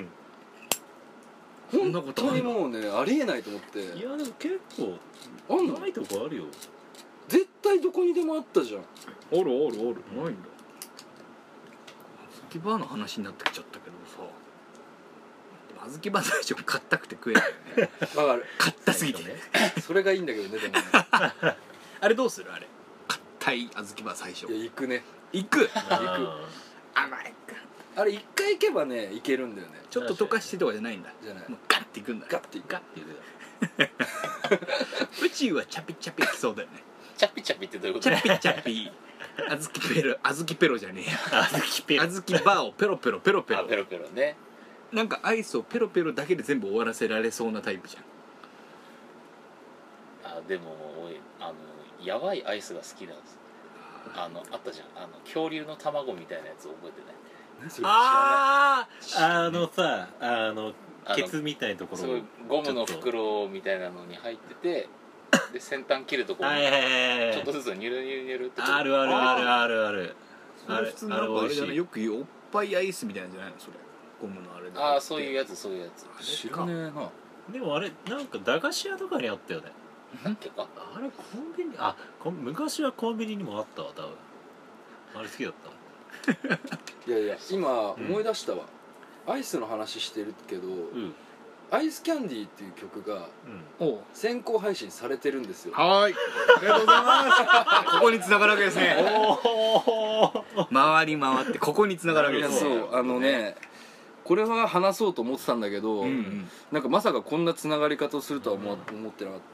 本当にもうねありえないと思って。 いやでも結構あんの？ ないとこあるよ。 絶対どこにでもあったじゃん。 あるないんだ。小豆バーの話になってきちゃったけどさ、 小豆バター醤硬くて食えないよね。 わかる。 硬すぎてねそれがいいんだけどねでもね。 あれどうするあれ硬い小豆バ最初いや行くね。 いくあ甘いかあれ一回行けばね行けるんだよね。 ちょっと溶かしてとかじゃないんだじゃない。 もうガッていくんだガッて行く。 ガッて言う宇宙はチャピチャピいきそうだよね。 チャピチャピってどういうことチャピチャピ小豆ペロじゃねえや小豆ペロ小豆バーをペロペロペロペロあペロペロね。 なんかアイスをペロペロだけで全部終わらせられそうなタイプじゃん。 あでも俺やばいアイスが好きなんです。あったじゃん恐竜の卵みたいなやつ覚えてない？ あさケツみたいなところすごいゴムの袋みたいなのに入っててで先端切るところにちょっとずつニュルニュルニュルってあるあるあるあるあるそれ普通なんかあれじゃないよく言うおっぱいアイスみたいなんじゃないのそれゴムのあれでああそういうやつそういうやつ知らねえな。 でもあれなんか駄菓子屋とかにあったよね。 だっけかあれコンビニ昔はコンビニにもあったわ多分。あれ好きだった。 いやいや今思い出したわ。アイスの話してるけど、 うんアイスキャンディーっていう曲がうんおう先行配信されてるんですよ。 はーいありがとうございますここに繋がるわけですね回り回ってここに繋がるわけいやですそうねこれは話そうと思ってたんだけど、 うんなんかまさかこんなつながり方をするとは思ってなかった。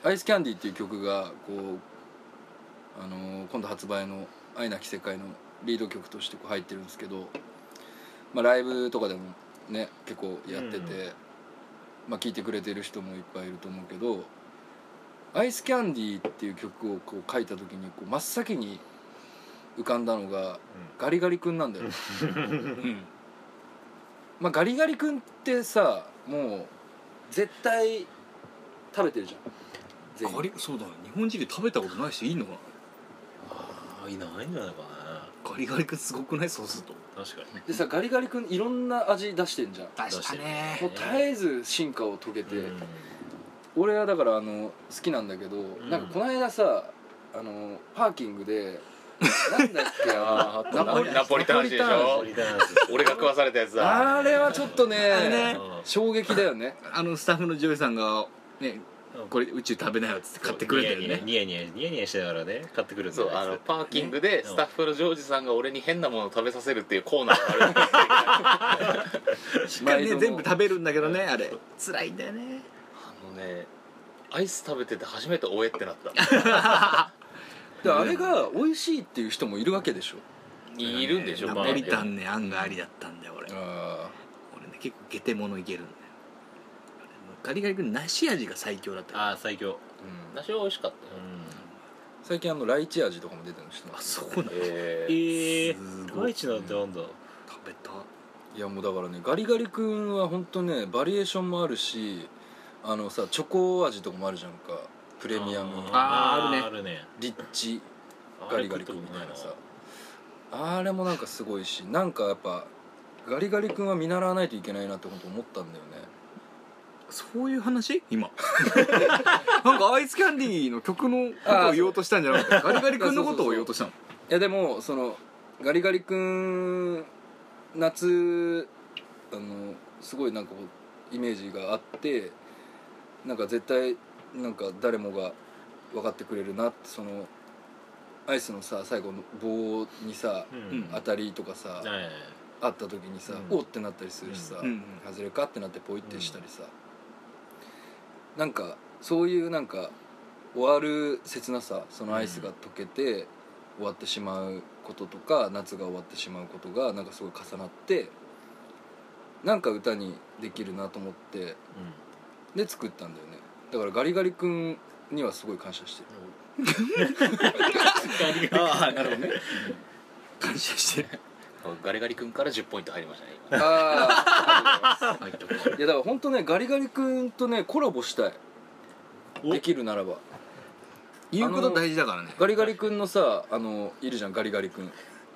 アイスキャンディーっていう曲がこう今度発売の「愛なき世界」のリード曲としてこう入ってるんですけど、まあ、ライブとかでもね結構やってて、まあ聴いてくれてる人もいっぱいいると思うけど、アイスキャンディーっていう曲をこう書いた時にこう真っ先に浮かんだのがガリガリ君なんだよ。まあガリガリ君ってさもう絶対食べてるじゃん全員。 ガリそうだね日本人で食べたことない人いいのかな。 いないんじゃないかガリガリ君すごくないそうすると。 な。確かにでさガリガリ君いろんな味出してんじゃん。 出したねもう絶えず進化を遂げて、 うん俺はだから好きなんだけど、なんかこの間さパーキングでなんだっけナポリタン味でしょ。俺が食わされたやつだ。 あれはちょっとねね衝撃だよね。 スタッフの女優さんがねこれ宇宙食べなよっつって買ってくれたよね。 ニヤニヤしながらね買ってくるんだそうよ。 パーキングでスタッフのジョージさんが俺に変なものを食べさせるっていうコーナーがあるんですしっかりね全部食べるんだけどねあれ辛いんだよね。 ねアイス食べてて初めておえってなったであれが美味しいっていう人もいるわけでしょ。 いるんでしょ。 ナポリタンね案がありだったんだよ俺ねあ結構ゲテモノいけるんだよ。ガリガリ君梨味が最強だったよ。 ああ最強。 梨は美味しかったよ。 最近ライチ味とかも出てるの知ってまあす？ そうなの。 ライチなんてなんだ。 食べた。 いやもうだからねガリガリ君は本当ねバリエーションもあるしさチョコ味とかもあるじゃんか。プレミアムあるね。 リッチガリガリ君みたいなさあれもなんかすごいしなんかやっぱガリガリ君は見習わないといけないなって本当思ったんだよね。 そういう話今なんかアイスキャンディーの曲のことを言おうとしたんじゃなくてガリガリ君のことを言おうとしたの。 いやでもガリガリ君夏すごいなんかこうイメージがあってなんか絶対なんか誰もが分かってくれるなってアイスのさ最後の棒にさ、当たりとかさ、あった時にさ、おってなったりするしさ、外れかってなってポイってしたりさ、なんかそういうなんか終わる切なさアイスが溶けて終わってしまうこととか夏が終わってしまうことがなんかすごい重なってなんか歌にできるなと思ってで作ったんだよね。だからガリガリ君にはすごい感謝してる。 ああなるほどね感謝してる。 ガリガリ君から10ポイント入りましたね今。 ああいやだから本当ねガリガリ君とねコラボしたい。できるならば言うこと大事だからね。 ガリガリ君のさいるじゃんガリガリ君、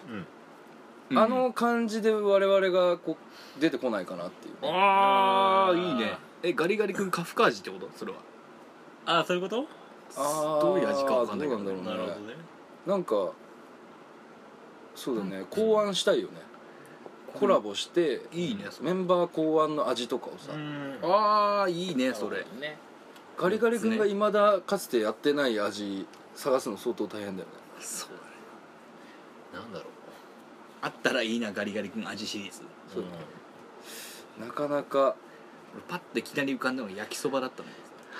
感じで我々がこう出てこないかなっていう、ね、 ああいいね。ガリガリ君カフカ味ってことそれは。 ああそういうこと。 どういう味かわかんないけど。 どうなんだろうね。 なるほどね。 なんかそうだね考案したいよね。 コラボしていいねメンバー考案の味とかをさ、 ああいいねそれね。 ガリガリ君がいまだかつてやってない味探すの相当大変だよね。 そうだね。 なんだろう。 あったらいいなガリガリ君味シリーズ。 そうなかなか俺パッていきなり浮かんだのが焼きそばだったの。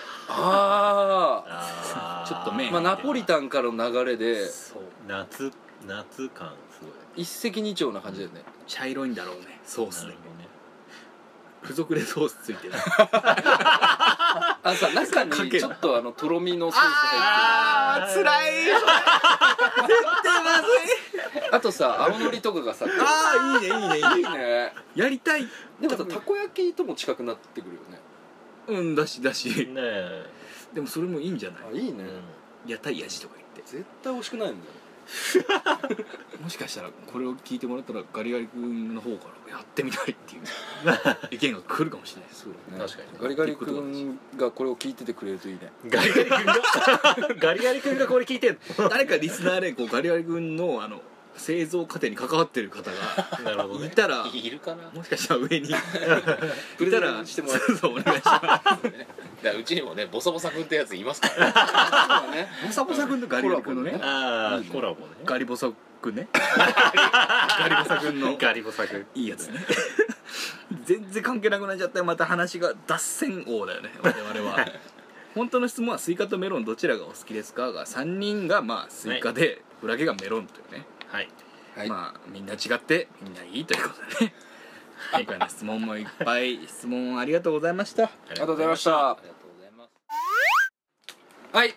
あちょっと麺まあナポリタンからの流れでそう夏感すごい。 一石二鳥な感じだよね。 茶色いんだろうねソースでなるほどね。 付属でソースついてる。 あさ中にちょっととろみのソース入ってる。 つらい絶対まずい。 あとさ青のりとかがさああいいねいいねいいねいいね。 やりたい。 でもさたこ焼きとも近くなってくるよね。 うんだしねえ。 でもそれもいいんじゃない。 あいいね、 屋台味とか言って絶対美味しくないんだよ。 もしかしたらこれを聞いてもらったらガリガリ君の方からやってみたいっていう意見が来るかもしれない。 そうだね。 確かにガリガリ君がこれを聞いててくれるといいね。 ガリガリ君がガリガリ君がこれ聞いてん誰かリスナーでこうガリガリ君の製造過程に関わってる方がなるほどね。 いたらいるかな。 もしかしたら上にいプレゼたらンしてもらそうお願いします。 だからうちにもねボサボサ君ってやついますからね。 ね。 ボサボサ君とガリガリ君のねああコラボね。 ガリボサ君ねガリボサ君のガリボサ君いいやつね全然関係なくなっちゃったよ。また話が脱線王だよね我々は。本当の質問はスイカとメロンどちらがお好きですかが3人がまあスイカで裏毛がメロンというね、 はいはい。 まあみんな違ってみんないいということでね今回の質問もいっぱい質問ありがとうございました。 ありがとうございました。 ありがとうございます。 はい。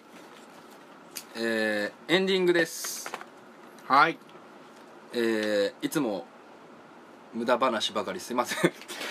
エンディングです。 はいいつも無駄話ばかりすいません。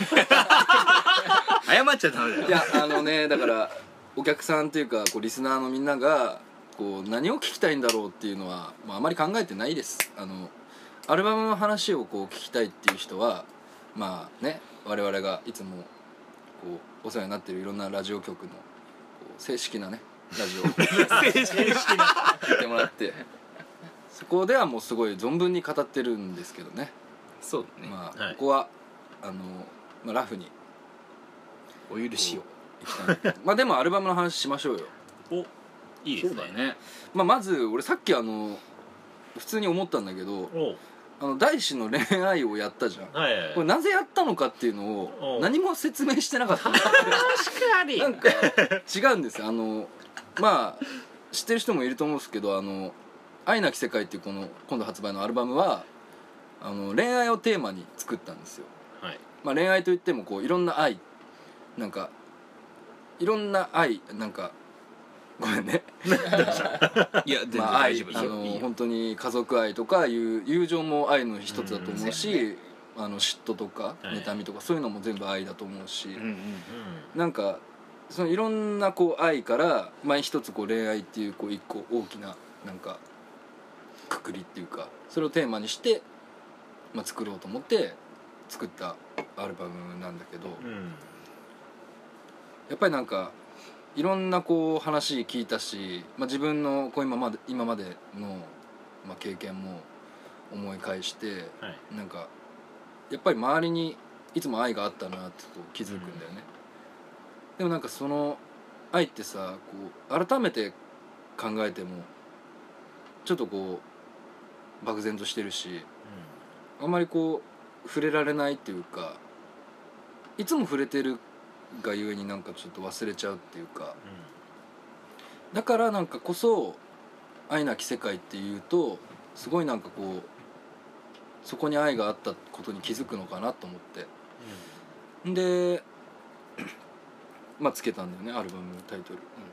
謝っちゃダメだよ。 いやだからお客さんというかこうリスナーのみんながこう何を聞きたいんだろうっていうのは、あまり考えてないです。アルバムの話をこう聞きたいっていう人はまあね我々がいつもこうお世話になっているいろんなラジオ局のこう正式なねラジオを正式な聞いてもらってそこではもうすごい存分に語ってるんですけどね。 そうだね、 はいここはラフにお許しを。 いきたいまあでもアルバムの話しましょうよ。 おいいですね。 そうだね。 まず俺さっき普通に思ったんだけどお大志の恋愛をやったじゃん。 はいはいこれなぜやったのかっていうのをお何も説明してなかったんだ確かになんか違うんですよ。まあ知ってる人もいると思うんですけど愛なき世界っていうこの今度発売のアルバムは恋愛をテーマに作ったんですよ。 はいまあ、恋愛といってもこういろんな愛なんかいろんな愛なんかごめんねいや全然まあ、愛大丈夫いいよ本当に家族愛とか友情も愛の一つだと思うし、嫉妬とかはい妬みとかそういうのも全部愛だと思うし、 うんうんなんかそのいろんなこう愛から一つこう恋愛っていうこう一個大きななんかくくりっていうかそれをテーマにして、作ろうと思って作ったアルバムなんだけど、 うんやっぱりなんかいろんなこう話聞いたし、自分のこう今までの、経験も思い返して、 はいなんかやっぱり周りにいつも愛があったなってこう気づくんだよね、でもなんかその愛ってさこう改めて考えてもちょっとこう漠然としてるしあんまりこう触れられないっていうかいつも触れてるがゆえになんかちょっと忘れちゃうっていうかだからなんかこそ愛なき世界っていうとすごいなんかこうそこに愛があったことに気づくのかなと思ってでつけたんだよねアルバムタイト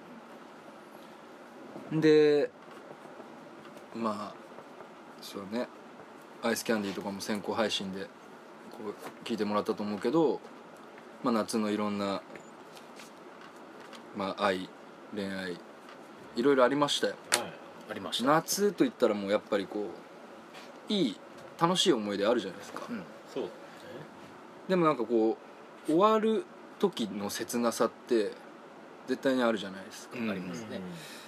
ル、でそうねアイスキャンディーとかも先行配信でこう聞いてもらったと思うけど夏のいろんな、愛恋愛いろいろありましたよ。 はいありました。 夏といったらもうやっぱりこういい楽しい思い出あるじゃないですか、 そうでもなんかこう終わる時の切なさって絶対にあるじゃないですか、 うんありますね。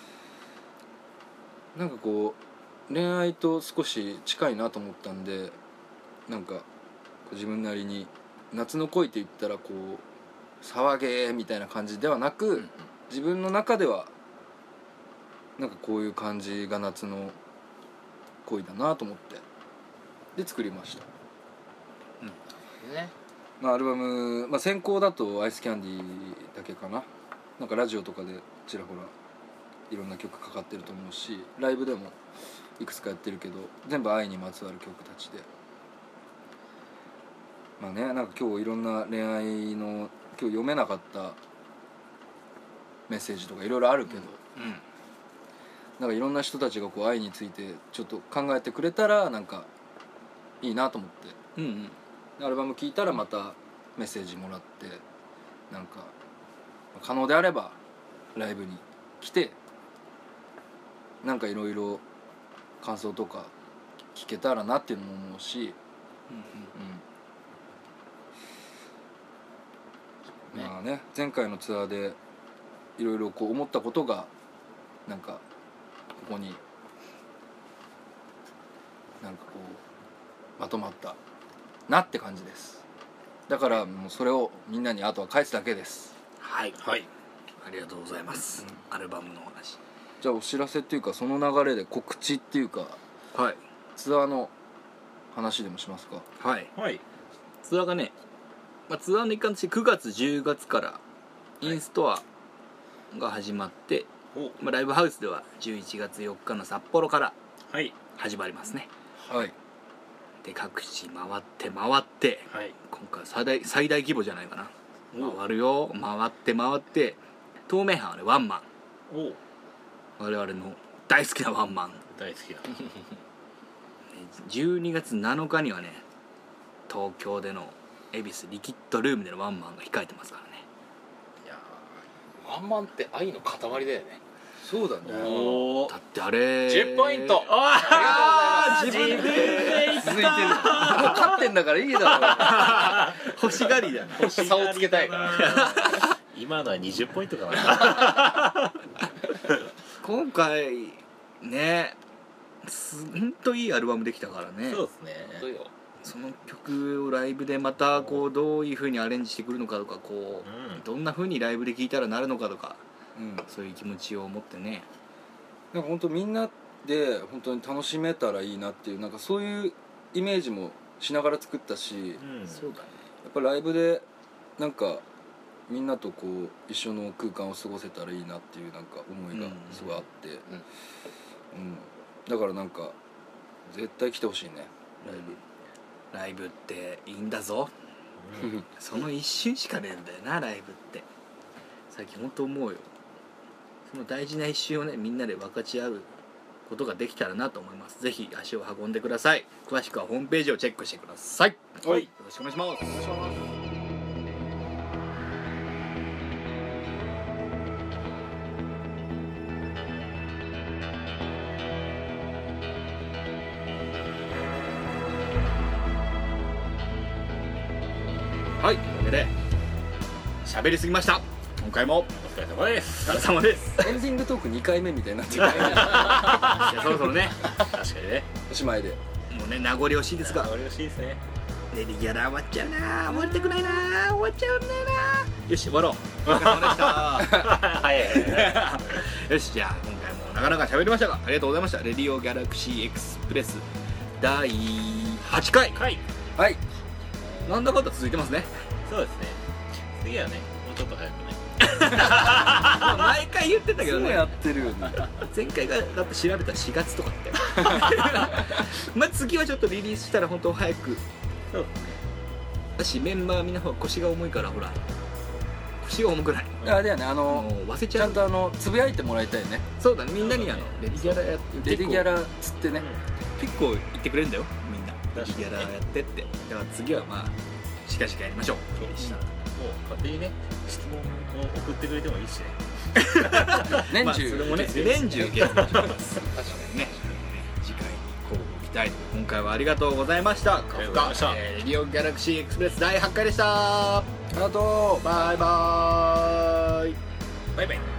なんかこう恋愛と少し近いなと思ったんでなんか自分なりに夏の恋って言ったらこう騒げみたいな感じではなく、自分の中ではなんかこういう感じが夏の恋だなと思ってで作りました。 ね、 まあ、アルバム、まあ、先行だとアイスキャンディーだけかな。なんかラジオとかでちらほらいろんな曲かかってると思うし、ライブでもいくつかやってるけど全部愛にまつわる曲たちで、まあね、なんか今日いろんな恋愛の今日読めなかったメッセージとかいろいろあるけど、なんかいろんな人たちがこう愛についてちょっと考えてくれたらなんかいいなと思って、アルバム聴いたらまたメッセージもらって、なんか可能であればライブに来てなんかいろいろ感想とか聞けたらなっていうのも思うし、まあね、前回のツアーでいろいろこう思ったことがなんかここになんかこうまとまったなって感じです。だからもうそれをみんなにあとは返すだけです。 はい、はい、ありがとうございます、アルバムの話。 じゃあお知らせっていうかその流れで告知っていうか、 はい、 ツアーの話でもしますか。 はい、はい、ツアーがね、ツアーの一環として9月10月からインストアが始まって、ライブハウスでは11月4日の札幌から始まりますね。 はい、 で各地回って、はい、今回最大規模じゃないかな。回るよ、回って東名阪はねワンマン、我々の大好きなワンマン、 大好きな 12月7日にはね東京での恵比寿リキッドルームでのワンマンが控えてますからね。 いやワンマンって愛の塊だよね。 そうだね。 だってあれ 10ポイント。 ありがとうございます。自分で続いてる。もう勝ってんだからいいだろ。 欲しがりだ。 差をつけたいから今のは20ポイントかな今回ねほんといいアルバムできたからね。 そうですね。 その曲をライブでまたこうどういう風にアレンジしてくるのかとか、こう、どんな風にライブで聴いたらなるのかとか、そういう気持ちを持ってね、 なんか本当みんなで本当に楽しめたらいいなっていう、なんかそういうイメージもしながら作ったし、 そうだね、 やっぱライブでなんかみんなとこう一緒の空間を過ごせたらいいなっていうなんか思いがすごいあって、だからなんか絶対来てほしいね、 ライブっていいんだぞその一瞬しかねえんだよな、ライブって最近本当思うよ。その大事な一瞬をねみんなで分かち合うことができたらなと思います。ぜひ足を運んでください。詳しくはホームページをチェックしてください。 はい、 よろしくお願いします。お願いします。はい、というわけで喋りすぎました。今回もお疲れ様です。 お疲れ様です。 エンディングトーク2回目みたいになってるいやそろそろね、 確かにね、 おしまいでもうね名残惜しいですが、 嬉しいですね。 レディギャラ終わっちゃうな、終わりたくないな、終わっちゃうんだよな。よし終わろう。お疲れ様でしたはいよし、じゃあ今回もなかなか喋りましたがありがとうございました。レディオギャラクシーエクスプレス第8回、 はい、 なんだかんだ続いてますね。 そうですね。次はねもうちょっと早くね毎回言ってたけどね、 そうやってるよね前回がだって調べたら4月とかってまあ次はちょっとリリースしたら本当早く。 そうですね。 だしメンバーみんな腰が重いからほら腰が重くない。 あれだよね、 もう忘れちゃう。 ちゃんとつぶやいてもらいたいね。 そうだね、みんなにレディギャラやってレディギャラつってね、 結構言ってくれるんだよみんな。レディギャラやってって。だから次はまあしかやりましょう。 そうでした。もう勝手にね質問を送ってくれてもいいしね年中、 それもね年中受け付けます。確かにね、次回にこうご期待。今回はありがとうございました。 ありがとうございました。 レディオギャラクシーエクスプレス第8回でした。 あとバイバーイ。 バイバイ。